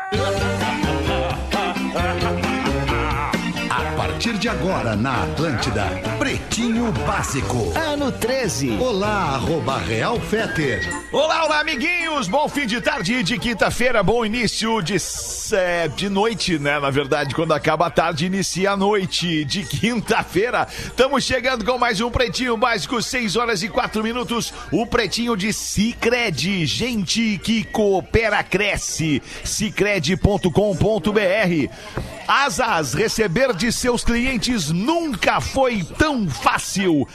A partir de agora na Atlântida, Pretinho Básico. Ano 13. Olá, @Real Feter. Olá, amiguinhos. Bom fim de tarde de quinta-feira. Bom início de noite, né? Na verdade, quando acaba a tarde, inicia a noite de quinta-feira. Estamos chegando com mais um Pretinho Básico, 6h04. O Pretinho de Sicredi. Gente que coopera, cresce. Sicredi.com.br. Asas, receber de seus clientes nunca foi tão fácil.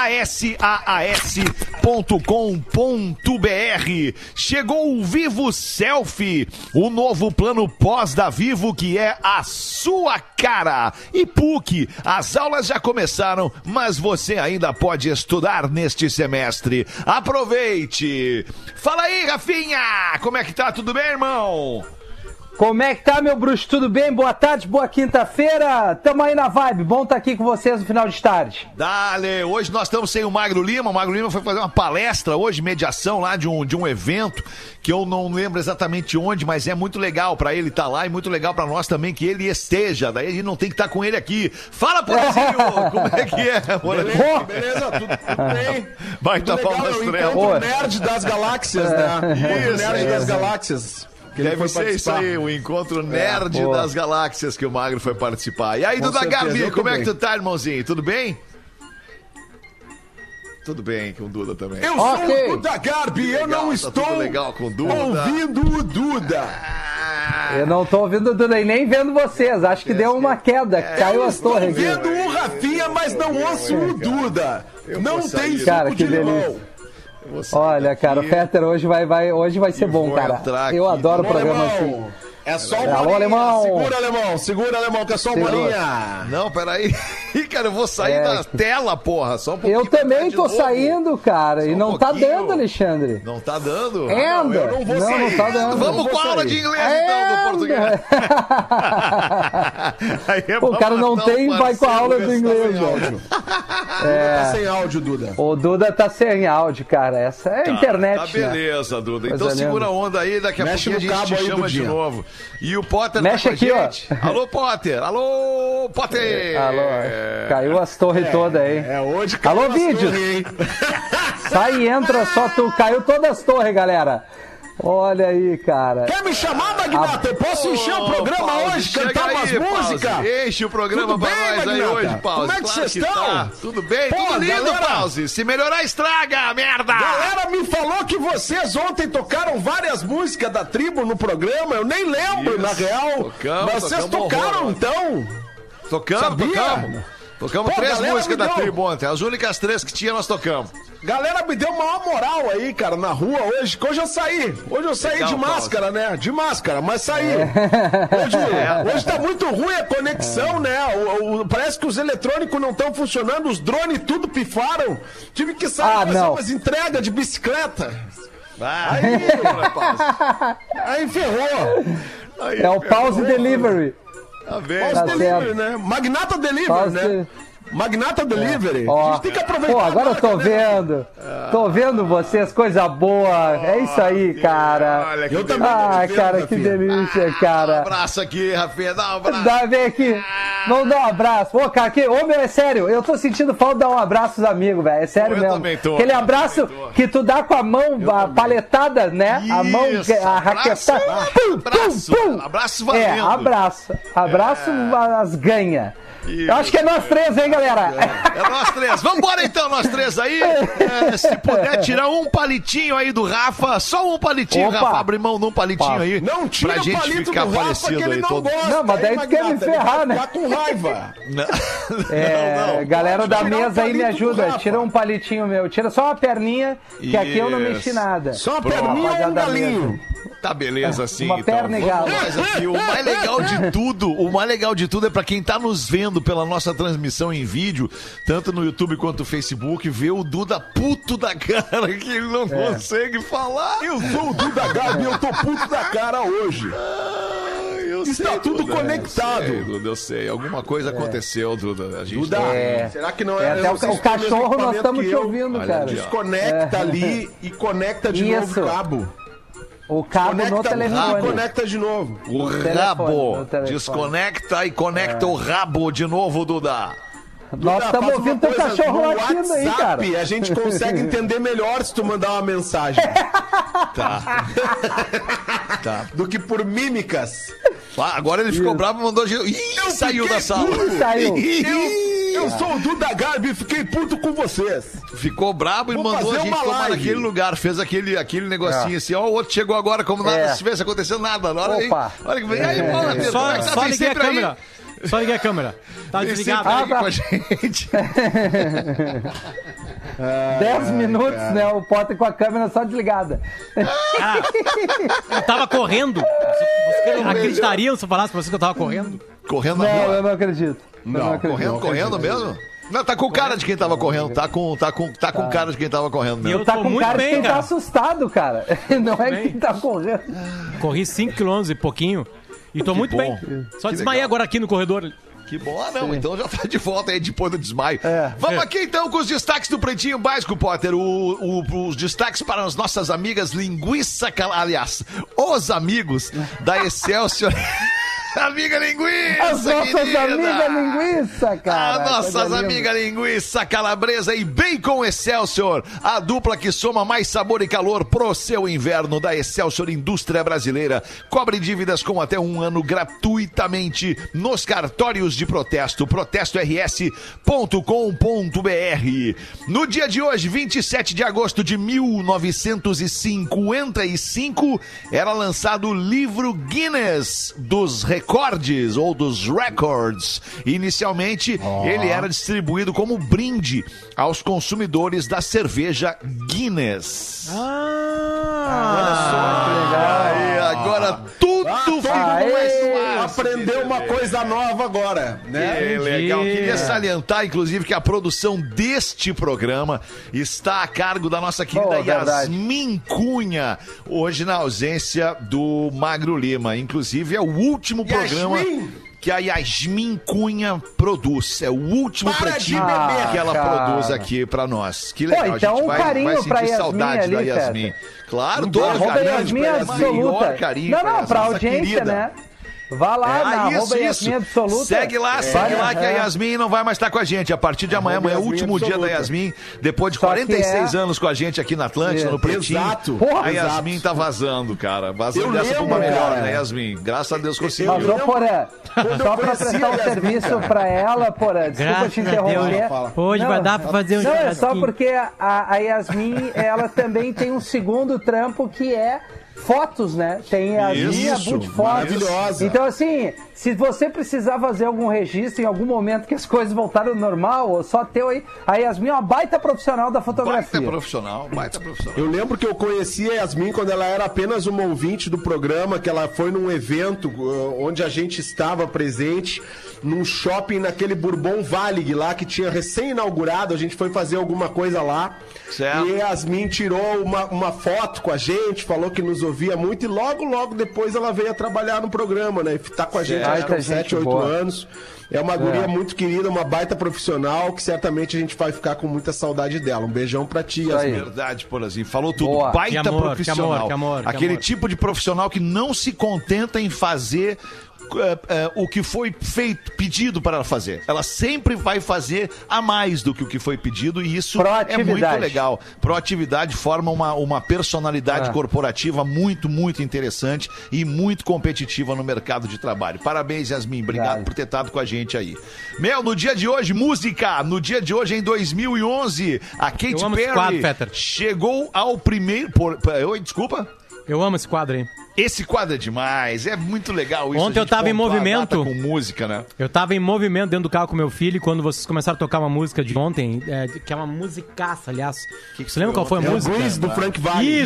ASAAS.com.br. Chegou o Vivo Selfie, o novo plano pós da Vivo que é a sua cara. E PUC, as aulas já começaram, mas você ainda pode estudar neste semestre. Aproveite. Fala aí, Rafinha, como é que tá? Tudo bem, irmão? Como é que tá, meu bruxo? Tudo bem? Boa tarde, boa quinta-feira. Tamo aí na vibe. Bom estar aqui com vocês no final de tarde. Dale, hoje nós estamos sem o Magro Lima. O Magro Lima foi fazer uma palestra hoje, mediação lá de um evento, que eu não lembro exatamente onde, mas é muito legal pra ele estar lá e muito legal pra nós também que ele esteja. Daí a gente não tem que estar com ele aqui. Fala, Porazinho! Como é que é? Beleza, tudo bem? Vai estar palestrando. O nerd das galáxias, né? O nerd das galáxias. Deve ser isso aí, o encontro nerd das galáxias que o Magro foi participar. E aí, Duda Garbi, como é que tu tá, irmãozinho? Tudo bem? Tudo bem com o Duda também. Eu sou o Duda Garbi, eu não estou legal com o Duda. ouvindo o Duda. Eu não tô ouvindo o Duda e nem vendo vocês. Acho que deu uma queda, caiu as torres aqui. Eu estou vendo o Rafinha, mas não ouço o Duda. Não tem cara, que delícia. Olha, cara, o Fetter hoje vai ser bom, cara. Eu adoro o programa assim. É só o bolinha. Alemão. Segura, alemão, que é só o bolinha. Não, peraí. Cara, eu vou sair da tela, porra. Só um pouquinho. Eu também tô saindo, cara. E não tá dando, Alexandre. Não tá dando? Anda. Eu não vou sair. Não tá dando. Vamos com a aula de inglês, então, do português. O cara não tem, vai com a aula do inglês, velho. Tá sem áudio, Duda. O Duda tá sem áudio, cara. Essa é a internet, tá beleza, né? Duda. Então segura a onda aí, daqui a pouquinho a gente te chama de novo. E o Potter mexe tá com aqui, a gente. ó. Alô, Potter! Alô, Potter! Alô, caiu as torres todas aí. Hoje caiu. Alô, vídeos! Sai e entra, só tu. Caiu todas as torres, galera. Olha aí, cara. Quer me chamar, Magnata? Eu posso encher o programa hoje, cantar umas músicas? Enche o programa pra nós aí hoje, Pause. Como é que vocês estão? Tudo bem? Tudo lindo, galera. Pause. Se melhorar, estraga, merda! Galera me falou que vocês ontem tocaram várias músicas da tribo no programa. Eu nem lembro, na real. Mas vocês tocaram, então? Tocamos 3 músicas da tribo ontem. As únicas 3 que tinha, nós tocamos. Galera me deu uma moral aí, cara, na rua hoje. Hoje eu saí legal, de máscara, né? De máscara, mas saí. Hoje tá muito ruim a conexão, né? Parece que os eletrônicos não estão funcionando, os drones tudo pifaram. Tive que sair fazer umas entregas de bicicleta. Aí ferrou. É o Pause Delivery. Pause Delivery, né? Magnata Delivery, né? Magnata Delivery. A gente tem que aproveitar. Pô, agora eu tô vendo. Tô vendo vocês, coisa boa. É isso aí, cara. Olha, eu também. Cara, que delícia, cara. Dá um abraço aqui, Rafinha. Dá um abraço. Vem aqui. Vamos dar um abraço. Ô, cara, meu, é sério. Eu tô sentindo falta de dar um abraço aos amigos, velho. É sério mesmo. Também tô. Aquele abraço que tu dá com a mão paletada, né? Isso, a mão raquetada. Abraço valendo. Abraço as ganha. Isso, eu acho que é nós 3, hein, galera? É nós 3. Vambora então, nós 3 aí. Se puder tirar um palitinho aí do Rafa, só um palitinho, Rafa, abre mão de um palitinho aí. Não tira pra gente palito ficar do Rafa, que ele aí não todo. gosta. Não, mas daí tu quer me ferrar, né? Tá com raiva. Não, galera da mesa aí me ajuda. Tira um palitinho meu. Tira só uma perninha, que aqui eu não mexi nada. Só uma perninha ou um galinho? Tá beleza assim, uma então. Perna e galo. Aqui. O mais legal de tudo é pra quem tá nos vendo pela nossa transmissão em vídeo, tanto no YouTube quanto no Facebook, ver o Duda puto da cara, que ele não consegue falar. Eu sou o Duda Garbi, eu tô puto da cara hoje. Está tudo Duda, conectado. Eu sei. Alguma coisa aconteceu, Duda. A gente Duda, será que não é? Até o cachorro nós estamos te ouvindo, cara. Desconecta ali e conecta de novo o cabo. O cabo no telefone. Conecta de novo. O rabo. Desconecta e conecta o rabo de novo, Duda. Nós estamos ouvindo teu cachorro latindo aí, cara. A gente consegue entender melhor se tu mandar uma mensagem. Tá. Do que por mímicas. Agora ele ficou bravo e mandou... saiu da sala. Saiu. Eu sou o Duda Garbi e fiquei puto com vocês. Ficou bravo e mandou a gente tomar naquele lugar. Fez aquele negocinho assim. Ó, o outro chegou agora como nada se tivesse acontecendo nada. Olha aí. Olha que vem. Aí, só liguei a câmera. Só liguei a câmera. Tá desligado aí com a gente. 10 minutos, né? O Potter com a câmera só desligada. Eu tava correndo. Vocês acreditariam se eu falasse pra vocês que eu tava correndo? Correndo na rua? Não, eu não acredito. Não, correndo mesmo? Não, tá com cara de quem tava correndo. Tá com cara de quem tava correndo mesmo. Eu tá com cara de quem tá assustado, cara. Não é quem tá correndo. Corri 5 km e pouquinho. E tô muito bem. Só desmaiei agora aqui no corredor. Que bom, não. Então já tá de volta aí depois do desmaio. Vamos aqui então com os destaques do Pretinho Básico, Potter. Os destaques para as nossas amigas linguiça, aliás, os amigos da Excelsior. Amiga linguiça, as nossas querida. amigas linguiça, cara. As nossas amigas linguiça, calabresa e bacon Excelsior. A dupla que soma mais sabor e calor pro seu inverno da Excelsior Indústria Brasileira. Cobre dívidas com até 1 ano gratuitamente nos cartórios de protesto. protestors.com.br. No dia de hoje, 27 de agosto de 1955, era lançado o livro Guinness dos recordes ou dos records. Inicialmente, ele era distribuído como brinde aos consumidores da cerveja Guinness. Olha só, que legal. Aí, agora tudo ficou mais fácil. Aprendeu uma coisa nova agora, né? Que legal. Queria salientar, inclusive, que a produção deste programa está a cargo da nossa querida Yasmin Cunha, hoje na ausência do Magro Lima. Inclusive, é o último programa que a Yasmin Cunha produz. É o último pretinho que ela produz aqui pra nós. Que legal. Então, a gente vai sentir saudade ali, da Yasmin. Claro, todo carinho. Absoluta. Não, pra audiência, querida, né? Vá lá na arroba Yasmin Absoluta. Segue lá que a Yasmin não vai mais estar com a gente. A partir de amanhã é o último dia da Yasmin. Depois de 46 anos com a gente aqui na Atlântida, no Pretinho. Exato. A Yasmin tá vazando, cara. Vazando dessa pra uma melhor, né, Yasmin? Graças a Deus conseguiu. Só pra prestar um serviço pra ela, Porã. Desculpa te interromper. Hoje vai dar pra fazer um Não, é só porque a Yasmin, ela também tem um segundo trampo que é fotos, né? Tem a minha Boot Fotos. Maravilhosa. Então, assim, se você precisar fazer algum registro em algum momento que as coisas voltaram ao normal, ou só teu aí, a Yasmin é uma baita profissional da fotografia. Baita profissional. Eu lembro que eu conheci a Yasmin quando ela era apenas uma ouvinte do programa, que ela foi num evento onde a gente estava presente, num shopping naquele Bourbon Valig lá, que tinha recém-inaugurado, a gente foi fazer alguma coisa lá. Certo. E a Yasmin tirou uma foto com a gente, falou que nos ouvia muito e logo depois ela veio a trabalhar no programa, né? E tá com a gente há 7, 8 anos. É uma guria muito querida, uma baita profissional, que certamente a gente vai ficar com muita saudade dela. Um beijão pra ti, Yasmin. Verdade, Porazinho. Falou tudo. Boa. Baita profissional. Que amor, aquele tipo de profissional que não se contenta em fazer o que foi pedido para ela fazer. Ela sempre vai fazer a mais do que o que foi pedido, e isso é muito legal. Proatividade forma uma personalidade corporativa muito, muito interessante e muito competitiva no mercado de trabalho. Parabéns, Yasmin. Obrigado por ter estado com a gente aí. No dia de hoje, música. No dia de hoje, em 2011, a Katy Perry chegou ao primeiro... Oi, desculpa? Eu amo esse quadro aí. Esse quadro é demais, é muito legal isso. Ontem eu tava em movimento. Com música, né? Eu tava em movimento dentro do carro com meu filho, quando vocês começaram a tocar uma música de ontem, que é uma musicaça, aliás. Você lembra qual foi a música? O Grease do Frank Wagner.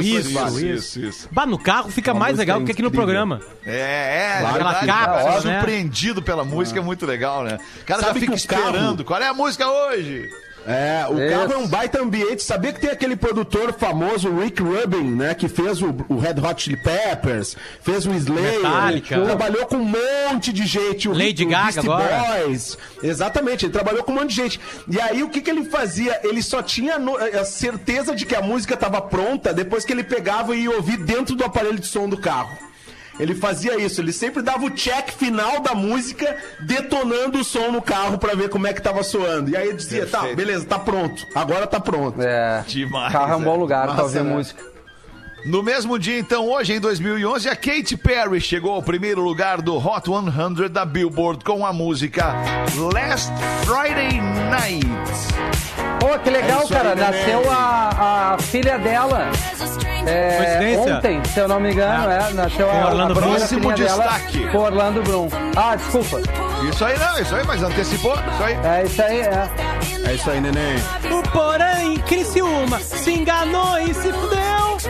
Isso. Bah, no carro fica mais legal do que aqui no programa. Aquela capa, surpreendido pela música, é muito legal, né? O cara já fica esperando. Qual é a música hoje? O carro é um baita ambiente. Sabia que tem aquele produtor famoso, Rick Rubin, né? Que fez o Red Hot Chili Peppers, fez o Slayer, trabalhou com um monte de gente. Lady Gaga agora. Boys. Exatamente, ele trabalhou com um monte de gente. E aí, o que ele fazia? Ele só tinha a certeza de que a música estava pronta depois que ele pegava e ia ouvir dentro do aparelho de som do carro. Ele fazia isso, ele sempre dava o check final da música, detonando o som no carro pra ver como é que tava soando. E aí ele dizia, tá, beleza, tá pronto, agora tá pronto. Demais. Carro é um bom lugar pra ouvir música. No mesmo dia, então, hoje em 2011, a Katy Perry chegou ao primeiro lugar do Hot 100 da Billboard com a música Last Friday Night. Pô, que legal, cara, nasceu a filha dela. Ontem, se eu não me engano, nasceu a Orlando Bloom. Próximo destaque. Com Orlando Bloom. Desculpa. Isso aí não, isso aí, mas antecipou, isso aí. É isso aí, É isso aí, neném. O Porém, Criciúma, se enganou e se fudeu.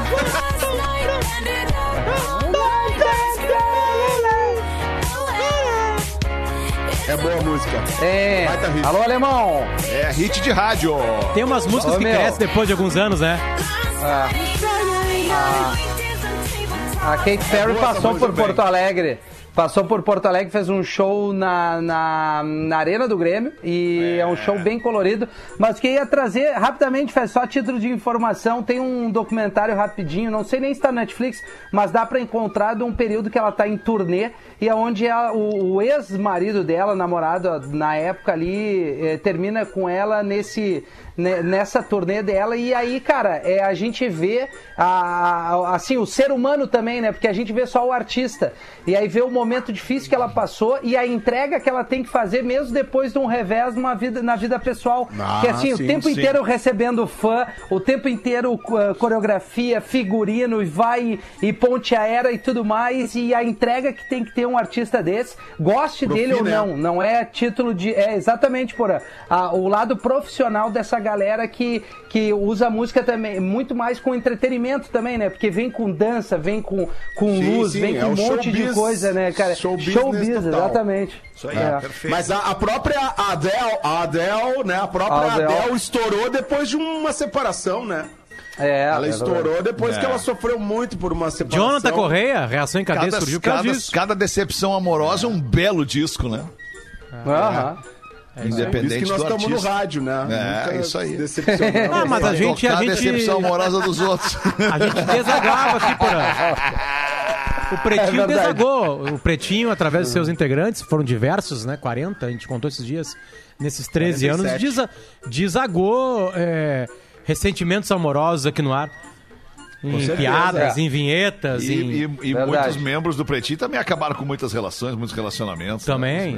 É boa a música. Alô, alemão. É hit de rádio. Tem umas músicas que crescem depois de alguns anos, né? A Katy Perry passou por Porto Alegre. Passou por Porto Alegre, fez um show na Arena do Grêmio. E é um show bem colorido. Mas que ia trazer rapidamente, faz só título de informação. Tem um documentário rapidinho, não sei nem se está na Netflix, mas dá pra encontrar de um período que ela tá em turnê. E é onde o ex-marido dela, namorado na época ali, termina com ela nessa turnê dela. E aí, cara, a gente vê assim, o ser humano também, né? Porque a gente vê só o artista. E aí vê o momento difícil que ela passou e a entrega que ela tem que fazer mesmo depois de um revés na vida pessoal. Que assim, o tempo inteiro recebendo fã, o tempo inteiro coreografia, figurino, e ponte aérea e tudo mais. E a entrega que tem que ter um artista desse, goste dele ou não. Não é título de... exatamente, o lado profissional dessa galera que usa a música também, muito mais com entretenimento também, né? Porque vem com dança, vem com luz, vem com um monte de coisa, né, cara? Showbiz, exatamente. Isso aí, perfeito. Mas a própria Adele, né? A própria Adele estourou depois de uma separação, né? Ela estourou depois que ela sofreu muito por uma separação. Jonathan Correia, Reação em Cadeia, surgiu por causa disso. Cada decepção amorosa é um belo disco, né? Independente isso que nós do estamos no rádio, né? É isso aí. Mas a gente... decepção amorosa dos outros. A gente desagava aqui, O Pretinho desagou. O Pretinho, através de seus integrantes, foram diversos, né? 40, a gente contou esses dias. Nesses 13 47. anos, desagou ressentimentos amorosos aqui no ar. Em piadas, em vinhetas. E muitos membros do Pretinho também acabaram com muitas relações, muitos relacionamentos. Também.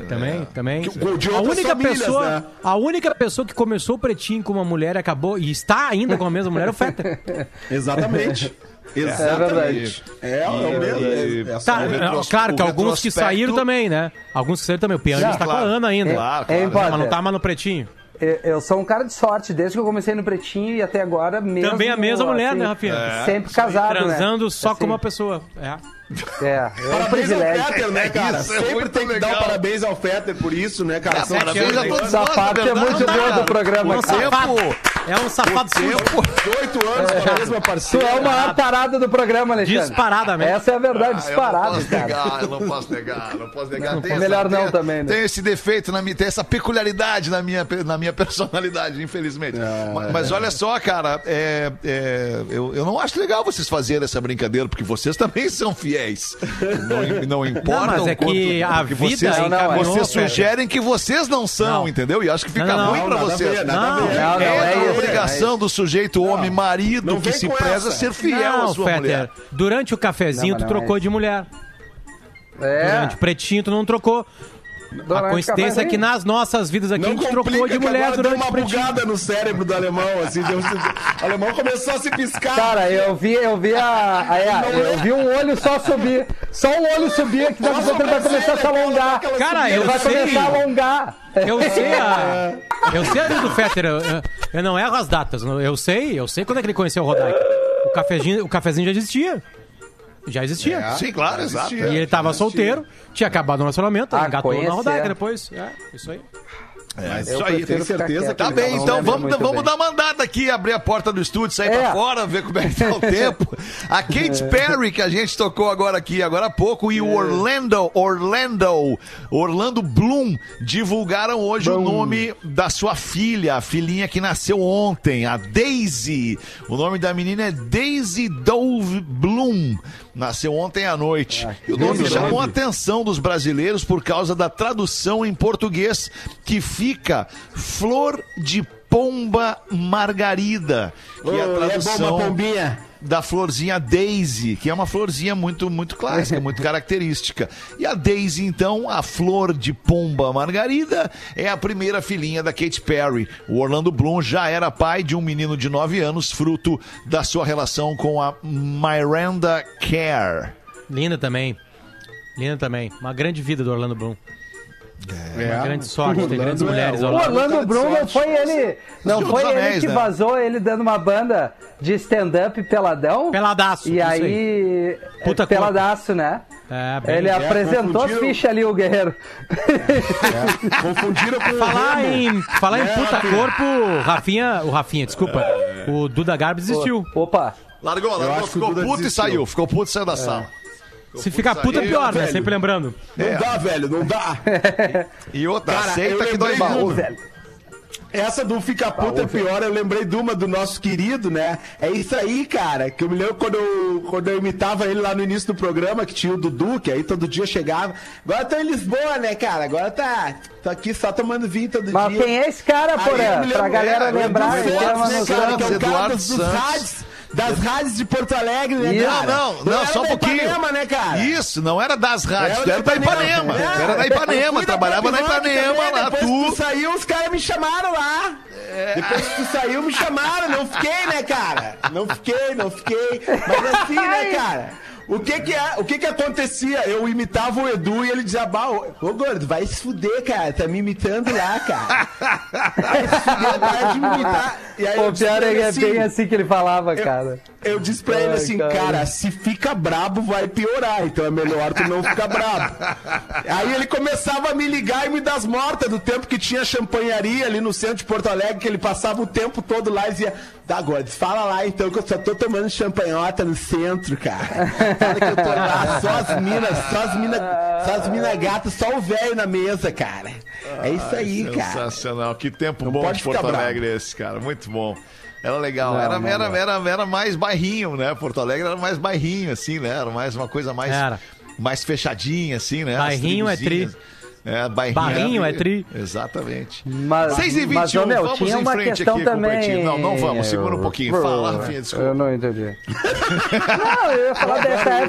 Né? A única pessoa que começou o Pretinho com uma mulher acabou e está ainda com a mesma mulher é o Fetter. Exatamente. Exatamente. É o mesmo. Claro que alguns que saíram também, né? Alguns que saíram também. O pianista está com a Ana ainda. Mas não tá mais no Pretinho. Eu sou um cara de sorte, desde que eu comecei no Pretinho e até agora mesmo. Também a mesma mulher, assim, né, Rafinha? Sempre casado, transando só assim, com uma pessoa. É um privilégio. Ao Fetter, né, cara? Isso, sempre tem que dar parabéns ao Fetter por isso, né, cara? Parabéns a todos Essa parte é muito boa do programa. É um safado sujo. 8 anos com a mesma parceira. Tu é o maior tarado do programa, Alexandre. Disparadamente. Essa é a verdade, disparado, Eu não posso negar. Melhor não também, né? Tem esse defeito, tem essa peculiaridade na minha personalidade, infelizmente. Mas olha só, cara, eu não acho legal vocês fazerem essa brincadeira, porque vocês também são fiéis. Não importa. Mas é que a vida vocês sugerem que vocês não são, entendeu? E acho que fica ruim pra vocês. É a obrigação do sujeito homem, marido, que se preza ser fiel à sua mulher. Durante o cafezinho, tu trocou de mulher. Durante o Pretinho, tu não trocou. A coincidência é que nas nossas vidas aqui a gente trocou de mulher durante o Pretinho. Deu uma bugada no cérebro do alemão, assim. O alemão começou a se piscar. Cara, eu vi um olho só subir. Só um olho subir, que daqui a pouco ele vai começar a se alongar. Cara, ele vai começar a alongar. Eu sei a vida do Fetter, eu não erro as datas. Eu sei quando é que ele conheceu o Rodaica. O cafezinho já existia. Já existia. Sim, claro, exato. E ele tava solteiro, tinha acabado o relacionamento, engatou conhecer. na Rodaica depois. Isso aí. Mas isso aí, tenho certeza que tá bem, então vamos dar mandada aqui, abrir a porta do estúdio, sair pra fora, ver como é que tá o tempo. A Katy Perry, que a gente tocou agora há pouco, e o Orlando Bloom divulgaram hoje o nome da sua filha, a filhinha que nasceu ontem, a Daisy. O nome da menina é Daisy Dove Bloom. Nasceu ontem à noite. E o nome chamou a atenção dos brasileiros por causa da tradução em português, que fica Flor de Pomba Margarida, que é a tradução da florzinha Daisy, que é uma florzinha muito, muito clássica, muito característica. E a Daisy, então, a Flor de Pomba Margarida, é a primeira filhinha da Katy Perry. O Orlando Bloom já era pai de um menino de 9 anos, fruto da sua relação com a Miranda Kerr. Linda também. Uma grande vida do Orlando Bloom. Uma grande sorte, tem grandes mulheres. O Orlando Bloom não foi ele que vazou ele dando uma banda de stand-up peladão? Peladaço. E aí, puta peladaço, né? Ele apresentou as fichas ali, o Guerreiro. Confundiram com Falar em puta corpo, o Rafinha, desculpa. O Duda Garbi desistiu. Opa. Largou, ficou puto e saiu. Ficou puto e saiu da sala. Se ficar puta é pior, né? Sempre lembrando. Não dá, velho, não dá. E outra, cara, aceita que dói mais, velho. Essa do fica puta é pior, eu lembrei de uma do nosso querido, né? É isso aí, cara, que eu me lembro quando eu imitava ele lá no início do programa, que tinha o Dudu, que aí todo dia chegava. Agora tô em Lisboa, né, cara? Agora tô aqui só tomando vinho todo dia. Mas quem é esse cara, porra? Pra galera lembrar, que é o cara dos rádios. Das rádios de Porto Alegre, né, cara? Não, só um pouquinho. Ipanema, né, cara? Isso, não era das rádios, era da Ipanema. Era da Ipanema, trabalhava na Ipanema lá, depois que tu saiu, os caras me chamaram lá. Depois que tu saiu, me chamaram. Não fiquei, né, cara? Não fiquei. Mas assim, né, cara? O que acontecia? Eu imitava o Edu e ele dizia, ô gordo, vai se fuder, cara, tá me imitando lá, cara. Vai se fuder, para de me imitar. E aí o pior é bem assim que ele falava, cara. Eu disse pra ele assim, cara, se fica brabo vai piorar, então é melhor tu não ficar brabo. Aí ele começava a me ligar e me dar as mortas do tempo que tinha champanharia ali no centro de Porto Alegre, que ele passava o tempo todo lá e dizia, tá, gordo, fala lá então que eu só tô tomando champanhota no centro, cara. Fala que eu tô lá, só as minas gatas, só o velho na mesa, cara. É isso aí, cara. Sensacional, que tempo bom de Porto Alegre esse, cara, muito bom. Era legal, era mais bairrinho, né? Porto Alegre era mais bairrinho, assim, né? Era mais uma coisa mais fechadinha, assim, né? Bairrinho é tri. Barrinho é tri. Exatamente. 6h21, vamos tinha em uma frente questão aqui também... com o Pretinho. Não vamos, segura um pouquinho. Fala, Rafinha, desculpa. Eu não entendi. Não, eu ia falar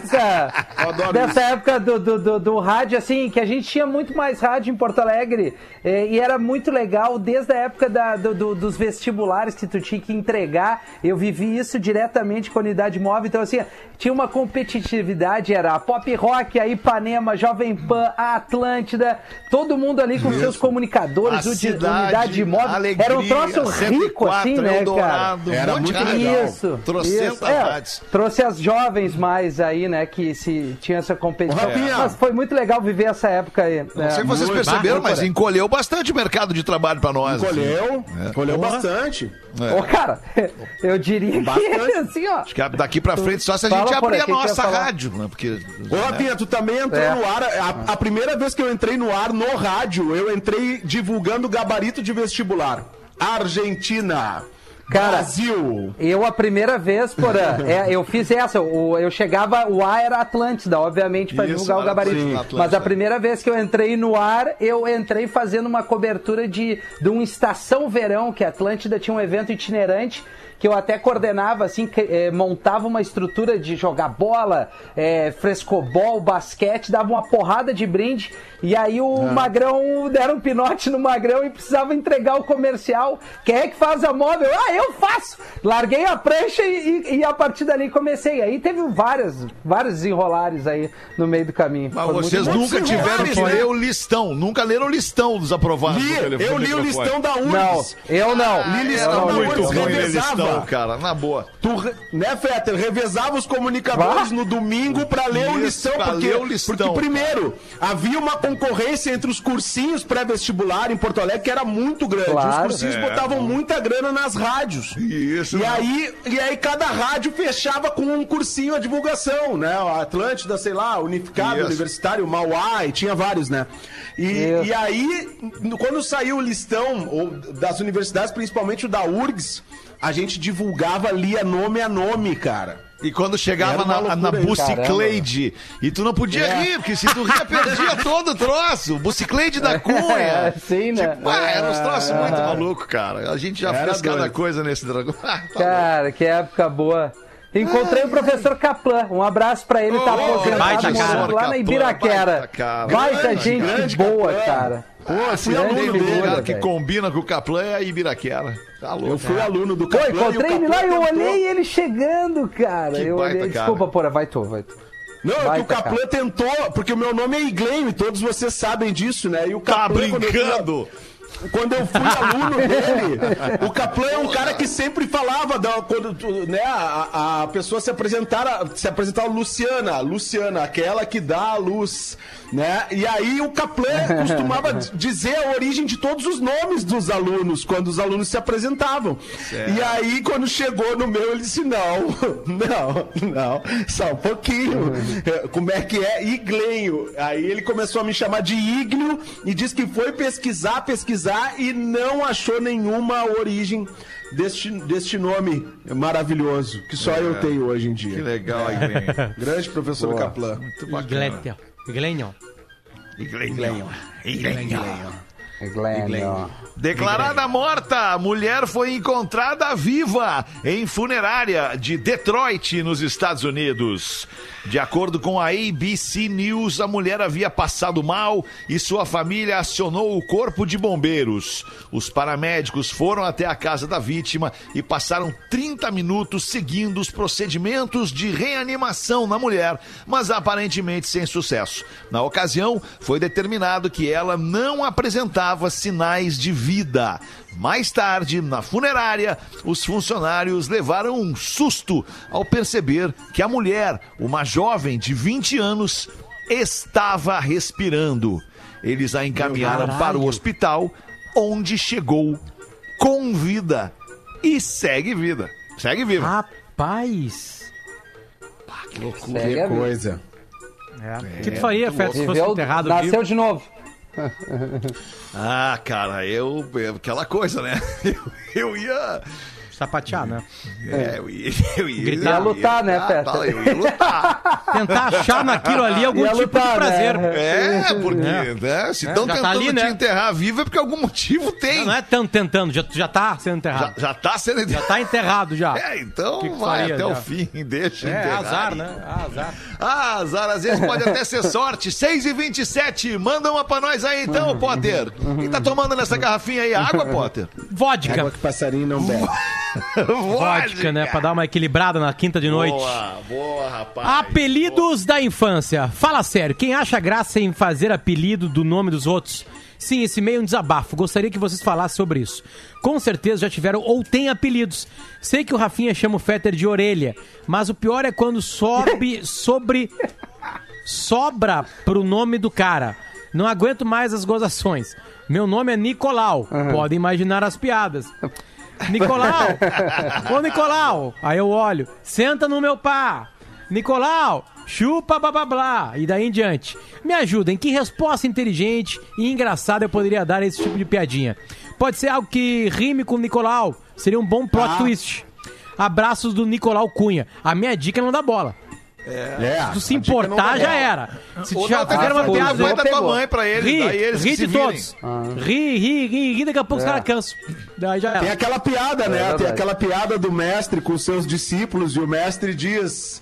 dessa época do rádio, assim, que a gente tinha muito mais rádio em Porto Alegre e era muito legal desde a época dos vestibulares que tu tinha que entregar. Eu vivi isso diretamente com a unidade móvel, então assim, tinha uma competitividade, era a Pop Rock, a Ipanema, Jovem Pan, a Atlântida, todo mundo ali com seus comunicadores, unidade móvel. Alegria, era um troço rico, assim, né, Eldorado, cara? Era muito legal. Isso. Rádios. Trouxe as jovens mais aí, né, que tinha essa competição. Mas foi muito legal viver essa época aí. Não sei se vocês perceberam, mas encolheu bastante o mercado de trabalho pra nós. Encolheu bastante. Ô, cara, eu diria que assim, ó. Acho que daqui pra frente só se a gente abrir a nossa rádio, né? Porque, ô, Rafinha, tu também entrou no ar. A primeira vez que eu entrei no ar no rádio, eu entrei divulgando gabarito de vestibular. Argentina. Cara, Brasil. Eu a primeira vez, porra, eu fiz essa. Eu chegava, o ar era Atlântida, obviamente, pra divulgar o gabarito. Sim, mas a primeira vez que eu entrei no ar, eu entrei fazendo uma cobertura de uma estação verão, que a Atlântida tinha um evento itinerante, que eu até coordenava, assim, montava uma estrutura de jogar bola, frescobol, basquete, dava uma porrada de brinde, e aí o Magrão, deram um pinote no Magrão e precisava entregar o comercial. Quem é que faz a móvel? Eu faço! Larguei a prancha e a partir dali comecei. Aí teve vários desenrolares aí no meio do caminho. Mas vocês nunca tiveram que ler o listão, nunca leram o listão dos aprovados do telefone. Eu li o listão da URGS. Não, eu não. Li listão da URGS. listão, cara, na boa. Né, Fetter? Revezava os comunicadores no domingo pra ler o listão. Porque, primeiro, havia uma concorrência entre os cursinhos pré-vestibular em Porto Alegre que era muito grande. Claro. Os cursinhos botavam muita grana nas rádios. Isso. E aí cada rádio fechava com um cursinho a divulgação, né? A Atlântida, sei lá, Unificado, Universitário, Mauá, e tinha vários, né? E aí, quando saiu o listão das universidades, principalmente o da URGS, a gente divulgava, lia nome a nome, cara. E quando chegava na Bucicleide, e tu não podia rir, porque se tu ria, perdia todo o troço. Bucicleide da Cunha. Sim, né? Tipo, era uns troços muito malucos, cara. A gente já fez cada coisa nesse dragão. Cara, que época boa. Encontrei o professor Kaplan. Um abraço pra ele, tá aposentado lá na Ibiraquera. Baita gente boa, cara. Pô, fui aluno dele. O cara que combina com o Kaplan é a Ibiraquera. Tá louco. Eu fui aluno do Kaplan. Encontrei ele lá e eu olhei ele chegando, cara. Eu olhei. Desculpa, porra, vai tu. Não, é que o Kaplan tentou, porque o meu nome é Iglenho e todos vocês sabem disso, né? E o Kaplan, tá brincando? Quando eu fui aluno dele, o Kaplan é um cara que sempre falava, quando né, a pessoa se apresentava Luciana, aquela que dá a luz, né? E aí o Kaplan costumava dizer a origem de todos os nomes dos alunos, quando os alunos se apresentavam. Certo. E aí, quando chegou no meu, ele disse, não, só um pouquinho. Como é que é? Iglenho. Aí ele começou a me chamar de Ígneo e disse que foi pesquisar e não achou nenhuma origem deste nome maravilhoso que só eu tenho hoje em dia. Que legal, Iglenho. Grande professor Kaplan. Muito bacana. Iglenho. Declarada morta, mulher foi encontrada viva em funerária de Detroit, nos Estados Unidos. De acordo com a ABC News, a mulher havia passado mal e sua família acionou o corpo de bombeiros. Os paramédicos foram até a casa da vítima e passaram 30 minutos seguindo os procedimentos de reanimação na mulher, mas aparentemente sem sucesso. Na ocasião, foi determinado que ela não apresentava sinais de vida. Mais tarde, na funerária, os funcionários levaram um susto ao perceber que a mulher, uma jovem de 20 anos, estava respirando. Eles a encaminharam para o hospital, onde chegou com vida e segue vida. Segue viva. Rapaz! Que loucura. Que coisa. O que tu faria, Feto, se fosse enterrado nasceu vivo? de novo. Ah, cara, aquela coisa, né? Eu ia... Sapatear, né? Eu ia gritar, lutar, né, Feta? Eu ia lutar. Tentar achar naquilo ali algum tipo de prazer. Né? Porque, né? Se estão tentando ali, te enterrar vivo é porque algum motivo tem. Não é tão tentando, já tá sendo enterrado. Já tá sendo enterrado. Já tá enterrado, já. Então que vai até o fim, deixa enterrar. Azar, né? Azar, às vezes pode até ser sorte. 6h27, manda uma pra nós aí então, Potter. Quem tá tomando nessa garrafinha aí? Água, Potter? Vodka. Água que passarinho não bebe. Vodka, né? Pra dar uma equilibrada na quinta de noite. Boa, rapaz. Apelidos da infância. Fala sério, quem acha graça em fazer apelido do nome dos outros? Sim, esse meio é um desabafo. Gostaria que vocês falassem sobre isso. Com certeza já tiveram ou têm apelidos. Sei que o Rafinha chama o Fetter de orelha, mas o pior é quando sobra pro nome do cara. Não aguento mais as gozações. Meu nome é Nicolau. Podem imaginar as piadas. Nicolau! Ô, Nicolau! Aí eu olho. Senta no meu pá. Nicolau! Chupa, blá, blá, blá. E daí em diante. Me ajudem. Que resposta inteligente e engraçada eu poderia dar a esse tipo de piadinha? Pode ser algo que rime com Nicolau. Seria um bom plot twist. Abraços do Nicolau Cunha. A minha dica é não dá bola. Se tu se importar, já era. Se tu já fizer uma piada, vai da tua mãe pra eles. Ri de todos. Ri, daqui a pouco os caras cansam. Daí já era. Tem aquela piada, né? Tem aquela piada do mestre com seus discípulos e o mestre diz: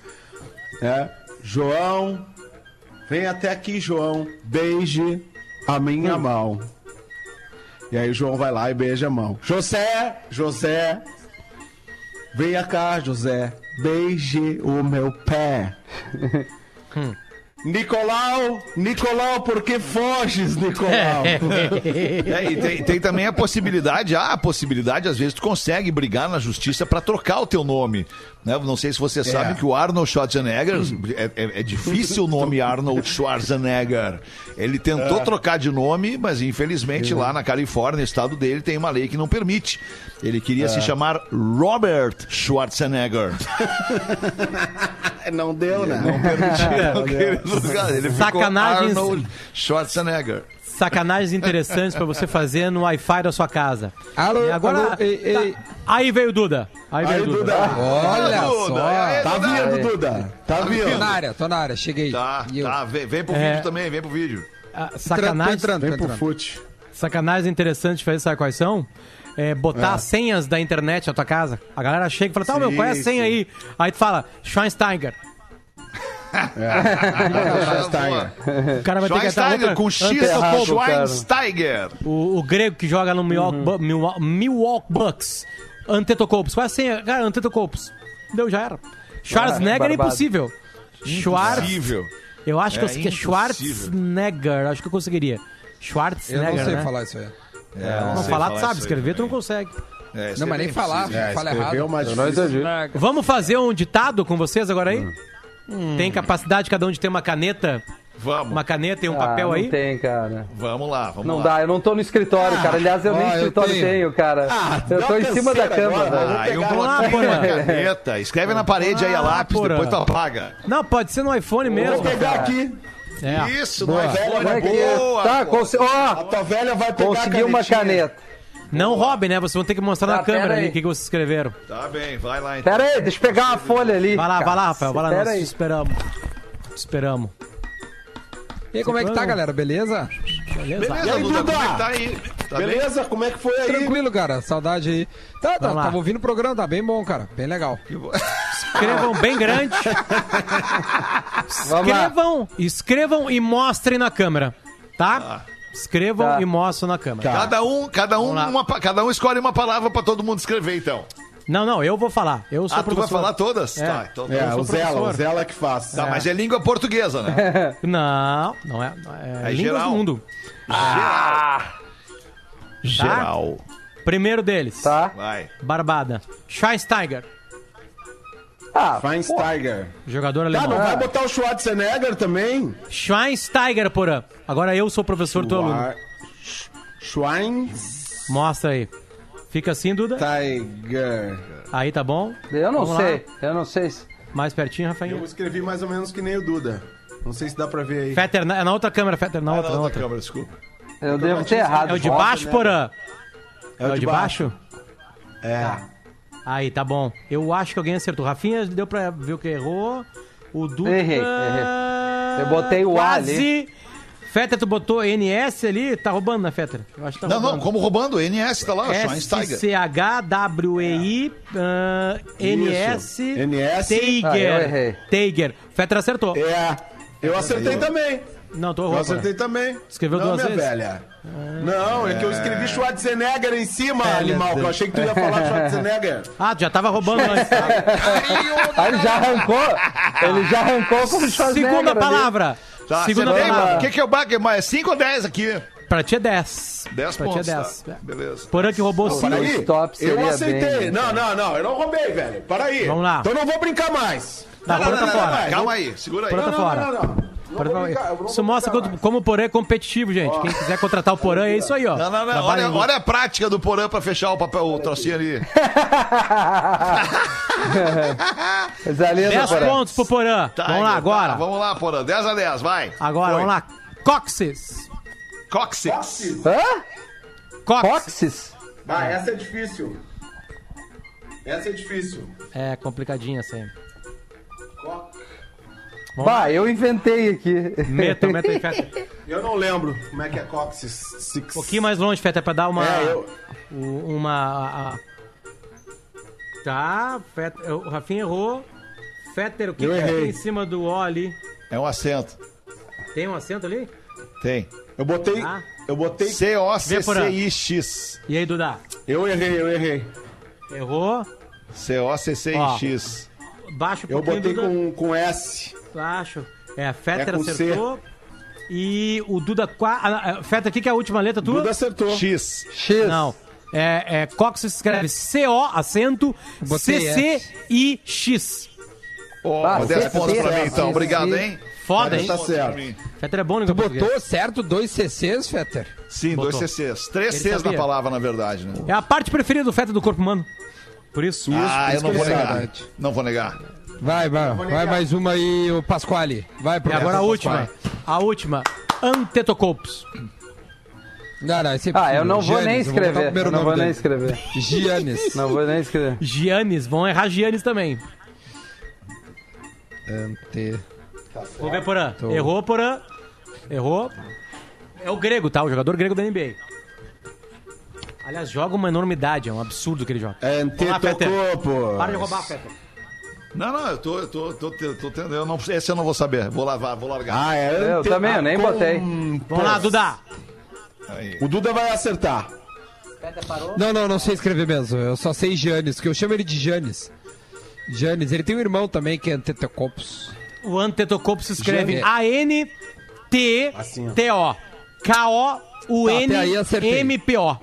João, vem até aqui, João, beije a minha mão. E aí o João vai lá e beija a mão. José, venha cá, José, beije o meu pé. Nicolau, por que foges, Nicolau? E tem também a possibilidade, às vezes tu consegue brigar na justiça pra trocar o teu nome. Né? Não sei se você sabe que o Arnold Schwarzenegger, é difícil o nome Arnold Schwarzenegger. Ele tentou trocar de nome, mas infelizmente lá na Califórnia, estado dele, tem uma lei que não permite. Ele queria se chamar Robert Schwarzenegger. Não deu, né? Não permitiu. Ele ficou Sacanagens. Arnold Schwarzenegger. Sacanagens interessantes pra você fazer no Wi-Fi da sua casa. Alô, Agora, alô, ei. Aí veio o Duda. Aí veio o Duda. Olha Duda, só. Tá vindo, Duda. Tá vindo. Tô na área, cheguei. Tá, E eu- vem pro vídeo também, vem pro vídeo. Sacanagem. Tô Vem pro entrando. fute. Sacanagem interessante de fazer, sabe quais são? Botar as senhas da internet na tua casa. A galera chega e fala, tá, meu, qual é a senha aí? Aí tu fala, Schweinsteiger. O cara vai ter que entrar Schweinsteiger com X, errado, Schweinsteiger. o grego que joga no Milwaukee Bucks. Antetokounmpo. Qual é a senha? Cara, Antetokounmpo. Deu, já era. Schwarzenegger é barbado. impossível. Impossível. Eu acho que eu sei que é impossível. Schwarzenegger. Acho que eu conseguiria. Eu Schwarzenegger, não sei né? falar isso aí. Não falar, tu sabe. Escrever, tu não consegue. Não, mas nem falar, fala errado. Mais Eu não entendi. Vamos fazer um ditado com vocês agora aí? Tem capacidade cada um de ter uma caneta? Vamos, Uma caneta e um papel não aí? tem, cara. vamos lá. Não dá, eu não tô no escritório, cara. Aliás, eu nem eu escritório tenho. tenho, cara. Eu tô em cima da cama, velho. E um Vamos lá, bloquinho, uma Porã. caneta. Escreve na parede aí a lápis, Porã. depois tu apaga. Não, pode ser no iPhone mesmo. Vou pegar aqui. É. Isso, Boa. no iPhone. Como é que é? Boa, Tá, pô. A tua velha vai pegar consegui a uma canetinha. caneta. Não roube, né? Vocês vão ter que mostrar na Tá, câmera pera ali aí. o que vocês escreveram. Tá bem, vai lá então. Pera aí, deixa eu pegar uma folha ali. Vai lá, Rafael. Vai lá, Pera nós aí. te esperamos. Te esperamos. E aí, como é que tá, galera? Beleza? Beleza, E aí, Duda, Duda? como é que tá aí? Tá bem? Beleza? Como é que foi aí? Tranquilo, cara. Saudade aí. Vamos lá. Tava ouvindo o programa, tá bem bom, cara. Bem legal. Escrevam bem grande. Vamos lá. Escrevam e mostrem na câmera. Tá? Escrevam Tá. e mostrem na câmera. Cada um escolhe uma palavra pra todo mundo escrever, então. Não, eu vou falar. Eu sou Tu vai professor. falar todas? É. Tá, então É, tá. o professor. Zela que faz. Tá, mas é língua portuguesa, né? Não é. É Línguas geral. do mundo. Geral. Primeiro deles. Tá? Vai. Barbada. Schweinsteiger. Schweinsteiger. Jogador Tá, alemão. não vai botar o Schwarzenegger também? Schweinsteiger, porã. Agora eu sou professor, tu é aluno. Schweinsteiger. Mostra aí. Fica assim, Duda. Aí, tá bom? Eu não Vamos sei. lá. Eu não sei. Mais pertinho, Rafael. Eu escrevi mais ou menos que nem o Duda. Não sei se dá pra ver aí. Fetter, é na outra câmera, Fetter. Na outra. câmera, desculpa. Eu devo ter errado. É o de Nossa, baixo, né? porã? É o de baixo. Tá. Aí, tá bom. Eu acho que alguém acertou. Rafinha deu pra ver o que errou. O Duda... Errei. Eu botei o A quase. ali. Fetter, tu botou NS ali? Tá roubando, né, Fetter? Eu acho que tá Não, roubando. não, como roubando? NS tá lá, Schweinsteiger. SCHWEI NS NS. Ah, eu errei. Tiger. Fetter acertou. Eu acertei também. Não, tô Eu errando. acertei também. Escreveu não, duas minha vezes? velha. Não, é que eu escrevi Schwarzenegger em cima, animal. Que eu achei que tu ia falar Schwarzenegger. Ah, tu já tava roubando antes. Ah, ele já arrancou. Ele já arrancou como Schwarzenegger. Segunda ali. palavra. Tá, Segunda acertei, palavra. mano. O que é o baque? Mais 5 ou 10 aqui? Pra ti é 10. 10 Pra ti é pontos, 10. tá. Beleza. Porã que roubou Para 5. aí. Stop Eu seria acertei. bem, Não, eu não roubei, velho. Para aí. Vamos lá. Então eu não vou brincar mais. Tá, Porã tá fora. Calma aí, segura aí. Porã tá fora. Não vou brincar, eu não Isso vou mostra brincar mais. como o Porã é competitivo, gente. Quem quiser contratar o Porã é isso aí, ó. Não. Trabalha em- Olha a prática do Porã pra fechar o papel, o trocinho ali. Coisa linda, 10 Porã. pontos pro Porã. Vamos lá, Tá, agora. vamos lá, Porã. 10 a 10, vai. Agora, Foi. vamos lá. Cóccix. Cóccix. Hã? Cóccix. Cóccix? Ah, essa é difícil. Essa é difícil. É complicadinha essa aí. Bah, eu inventei aqui. Meta aí, Fetter. Eu não lembro como é que é cóccix. Um pouquinho mais longe, Fetter, pra dar uma... Tá, Fetter, o Rafinha errou. Fetter, o que Eu que errei. tem em cima do O ali? É um acento. Tem um acento ali? Tem. Eu botei. Ah. Eu botei. C-O-C-C-I-X. E aí, Duda? Eu errei. Errou. C-O-C-C-I-X. Baixa um Eu pouquinho, botei Duda. com S. Baixo. Fetter com C. acertou. E o Duda... Fetter, o que é a última letra tua? Duda acertou. X. Não. Cox se escreve C-O, acento, C-C-I-X. 10 pontos pra mim, então. Obrigado, hein? Foda, hein? Tá certo. Fetter é bom no Tu português. botou certo 2 CCs, Fetter? Sim, Botou. 2 CCs. 3 Ele Cs na sabia. palavra, na verdade, né? É a parte preferida do Fetter do corpo humano. Por isso. Eu não vou negar. verdade. Não vou negar. Vai mais uma aí, o Pasquale. Vai, E pro agora a Pasquale. última. A última. Antetocopos. Não, esse é Eu não vou nem Giannis, eu vou botar o escrever. primeiro Eu não nome vou nem dele. escrever. Giannis. Não vou nem escrever. Giannis. Vão errar Giannis também. Vou ver, Porã. Errou, Porã. Errou. É o grego, tá? O jogador grego da NBA. Aliás, joga uma enormidade. É um absurdo que ele joga. Vamos lá, Fetter. Antetokounmpo. Para de roubar, Fetter. Não, eu tô tendo. Esse eu não vou saber. Vou largar. Eu também, eu nem botei. Vamos lá, Duda. Aí. O Duda vai acertar. Não sei escrever mesmo. Eu só sei Giannis, que eu chamo ele de Giannis. Giannis, ele tem um irmão também que é Antetokounmpo. O Antetocopos se escreve Giannis. A-N-T-T-O. K-O-U-N-M-P-O.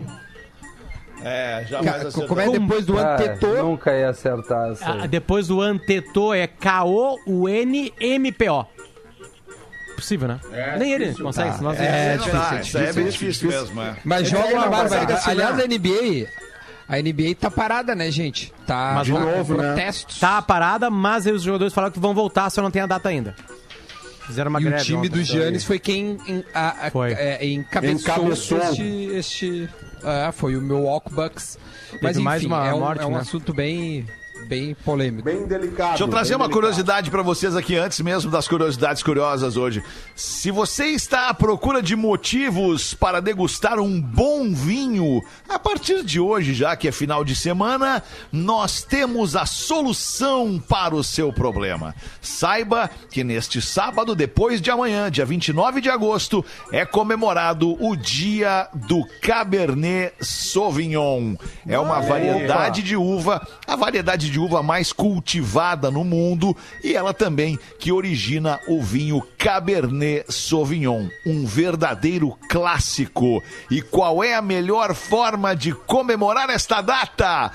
Já mais acertou. Como é depois do Antetô? Nunca ia acertar essa aí. Depois do Antetô é K-O-U-N-M-P-O. Possível, né? Nem ele consegue. Senão Isso aí é bem difícil mesmo, é. Mas joga uma consegue barbaridade. assinar. Aliás, a NBA tá parada, né, gente? Tá Mas de de novo, né? protestos. Tá parada, mas os jogadores falaram que vão voltar, só não tem a data ainda. Fizeram uma E o greve. time ontem. do Giannis foi quem Foi. encabeçou foi o Milwaukee Bucks. Mas enfim, mais uma é morte, um né? assunto bem polêmico. Bem delicado. Deixa eu trazer uma curiosidade pra vocês aqui, antes mesmo das curiosidades curiosas hoje. Se você está à procura de motivos para degustar um bom vinho, a partir de hoje, já que é final de semana, nós temos a solução para o seu problema. Saiba que neste sábado, depois de amanhã, dia 29 de agosto, é comemorado o Dia do Cabernet Sauvignon. É uma variedade de uva, a variedade de uva mais cultivada no mundo, e ela também que origina o vinho Cabernet Sauvignon, um verdadeiro clássico. E qual é a melhor forma de comemorar esta data?